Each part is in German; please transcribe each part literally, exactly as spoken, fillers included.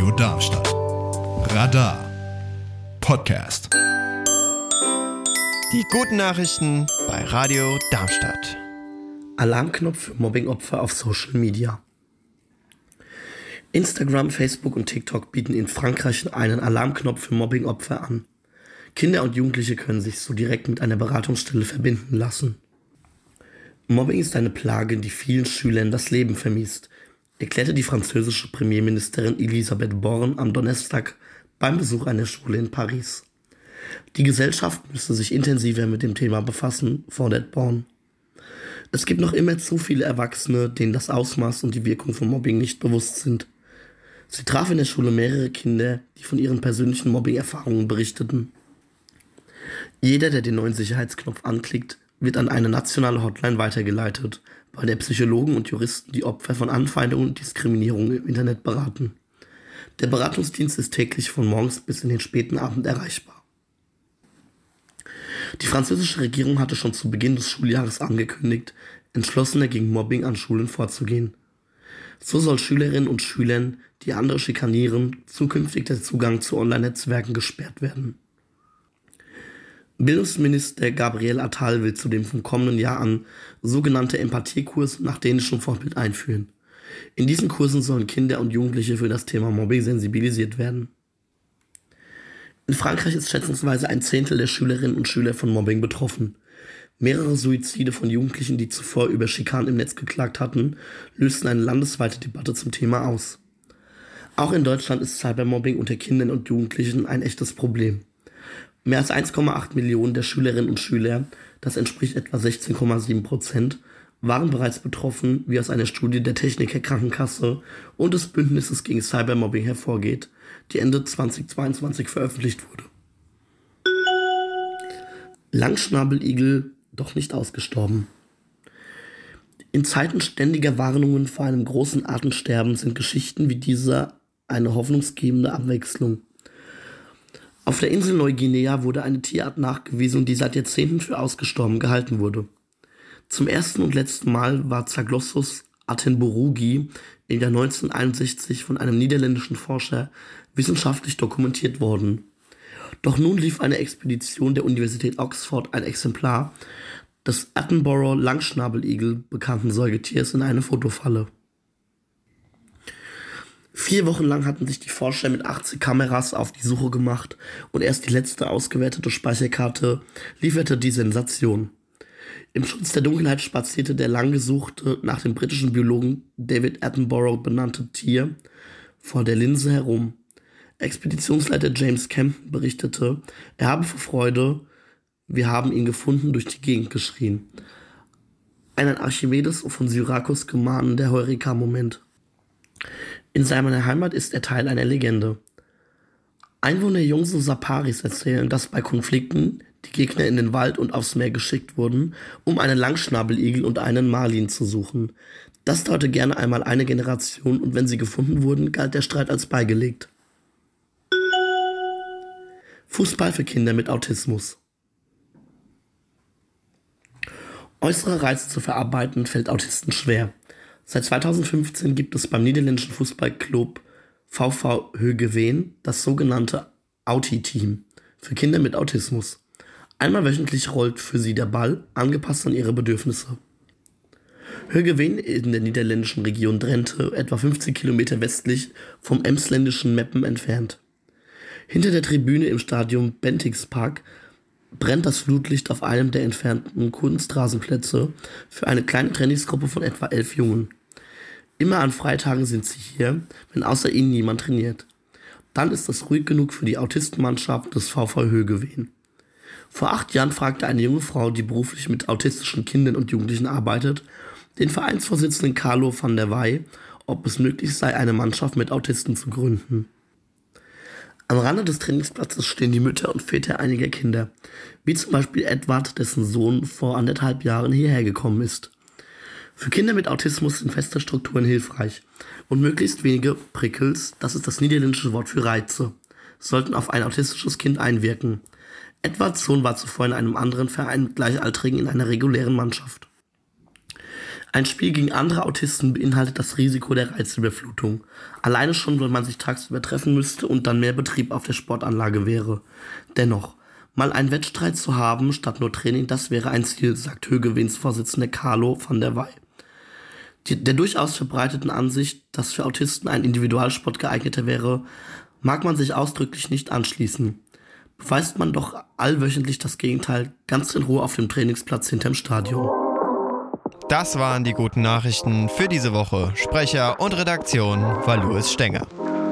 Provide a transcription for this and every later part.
Radio Darmstadt. Radar Podcast. Die guten Nachrichten bei Radio Darmstadt. Alarmknopf für Mobbingopfer auf Social Media. Instagram, Facebook und TikTok bieten in Frankreich einen Alarmknopf für Mobbingopfer an. Kinder und Jugendliche können sich so direkt mit einer Beratungsstelle verbinden lassen. Mobbing ist eine Plage, die vielen Schülern das Leben vermiest, erklärte die französische Premierministerin Elisabeth Borne am Donnerstag beim Besuch einer Schule in Paris. Die Gesellschaft müsse sich intensiver mit dem Thema befassen, fordert Borne. Es gibt noch immer zu viele Erwachsene, denen das Ausmaß und die Wirkung von Mobbing nicht bewusst sind. Sie traf in der Schule mehrere Kinder, die von ihren persönlichen Mobbing-Erfahrungen berichteten. Jeder, der den neuen Sicherheitsknopf anklickt, wird an eine nationale Hotline weitergeleitet, bei der Psychologen und Juristen die Opfer von Anfeindungen und Diskriminierung im Internet beraten. Der Beratungsdienst ist täglich von morgens bis in den späten Abend erreichbar. Die französische Regierung hatte schon zu Beginn des Schuljahres angekündigt, entschlossener gegen Mobbing an Schulen vorzugehen. So soll Schülerinnen und Schülern, die andere schikanieren, zukünftig der Zugang zu Online-Netzwerken gesperrt werden. Bildungsminister Gabriel Attal will zudem vom kommenden Jahr an sogenannte Empathiekurse nach dänischem Vorbild einführen. In diesen Kursen sollen Kinder und Jugendliche für das Thema Mobbing sensibilisiert werden. In Frankreich ist schätzungsweise ein Zehntel der Schülerinnen und Schüler von Mobbing betroffen. Mehrere Suizide von Jugendlichen, die zuvor über Schikanen im Netz geklagt hatten, lösten eine landesweite Debatte zum Thema aus. Auch in Deutschland ist Cybermobbing unter Kindern und Jugendlichen ein echtes Problem. Mehr als eins Komma acht Millionen der Schülerinnen und Schüler, das entspricht etwa sechzehn Komma sieben Prozent, waren bereits betroffen, wie aus einer Studie der Techniker Krankenkasse und des Bündnisses gegen Cybermobbing hervorgeht, die Ende zweitausendzweiundzwanzig veröffentlicht wurde. Langschnabeligel doch nicht ausgestorben. In Zeiten ständiger Warnungen vor einem großen Artensterben sind Geschichten wie dieser eine hoffnungsgebende Abwechslung. Auf der Insel Neuguinea wurde eine Tierart nachgewiesen, die seit Jahrzehnten für ausgestorben gehalten wurde. Zum ersten und letzten Mal war Zaglossus attenboroughi im Jahr neunzehnhunderteinundsechzig von einem niederländischen Forscher wissenschaftlich dokumentiert worden. Doch nun lief eine Expedition der Universität Oxford ein Exemplar des Attenborough-Langschnabeligel bekannten Säugetiers in eine Fotofalle. Vier Wochen lang hatten sich die Forscher mit achtzig Kameras auf die Suche gemacht und erst die letzte ausgewertete Speicherkarte lieferte die Sensation. Im Schutz der Dunkelheit spazierte der lang gesuchte, nach dem britischen Biologen David Attenborough benannte Tier vor der Linse herum. Expeditionsleiter James Campen berichtete, er habe vor Freude, wir haben ihn gefunden, durch die Gegend geschrien. Ein an Archimedes von Syrakus gemahnender Heureka-Moment. In seiner Heimat ist er Teil einer Legende. Einwohner Yongso Saparis erzählen, dass bei Konflikten die Gegner in den Wald und aufs Meer geschickt wurden, um einen Langschnabeligel und einen Marlin zu suchen. Das dauerte gerne einmal eine Generation und wenn sie gefunden wurden, galt der Streit als beigelegt. Fußball für Kinder mit Autismus. Äußere Reize zu verarbeiten fällt Autisten schwer. Seit zweitausendfünfzehn gibt es beim niederländischen Fußballclub V V Heugeween das sogenannte Auti-Team für Kinder mit Autismus. Einmal wöchentlich rollt für sie der Ball, angepasst an ihre Bedürfnisse. Heugeween in der niederländischen Region Drenthe, etwa fünfzig Kilometer westlich vom emsländischen Meppen entfernt. Hinter der Tribüne im Stadion Bentingspark brennt das Flutlicht auf einem der entfernten Kunstrasenplätze für eine kleine Trainingsgruppe von etwa elf Jungen. Immer an Freitagen sind sie hier, wenn außer ihnen niemand trainiert. Dann ist es ruhig genug für die Autistenmannschaft des V V Heugeween. Vor acht Jahren fragte eine junge Frau, die beruflich mit autistischen Kindern und Jugendlichen arbeitet, den Vereinsvorsitzenden Carlo van der Wey, ob es möglich sei, eine Mannschaft mit Autisten zu gründen. Am Rande des Trainingsplatzes stehen die Mütter und Väter einiger Kinder, wie zum Beispiel Edward, dessen Sohn vor anderthalb Jahren hierher gekommen ist. Für Kinder mit Autismus sind feste Strukturen hilfreich und möglichst wenige Prickels, das ist das niederländische Wort für Reize, sollten auf ein autistisches Kind einwirken. Edwards Sohn war zuvor in einem anderen Verein mit Gleichaltrigen in einer regulären Mannschaft. Ein Spiel gegen andere Autisten beinhaltet das Risiko der Reizüberflutung. Alleine schon, weil man sich tagsüber treffen müsste und dann mehr Betrieb auf der Sportanlage wäre. Dennoch, mal einen Wettstreit zu haben, statt nur Training, das wäre ein Ziel, sagt Högeweens Vorsitzender Carlo van der Wey. Die, der durchaus verbreiteten Ansicht, dass für Autisten ein Individualsport geeigneter wäre, mag man sich ausdrücklich nicht anschließen. Beweist man doch allwöchentlich das Gegenteil, ganz in Ruhe auf dem Trainingsplatz hinterm Stadion. Das waren die guten Nachrichten für diese Woche. Sprecher und Redaktion war Louis Stenger.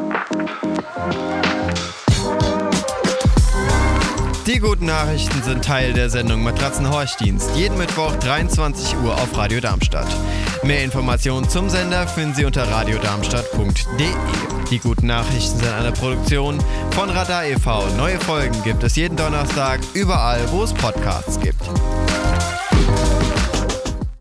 Die guten Nachrichten sind Teil der Sendung Matratzenhorchdienst, jeden Mittwoch dreiundzwanzig Uhr auf Radio Darmstadt. Mehr Informationen zum Sender finden Sie unter radiodarmstadt punkt de. Die guten Nachrichten sind eine Produktion von Radar e V. Neue Folgen gibt es jeden Donnerstag, überall, wo es Podcasts gibt.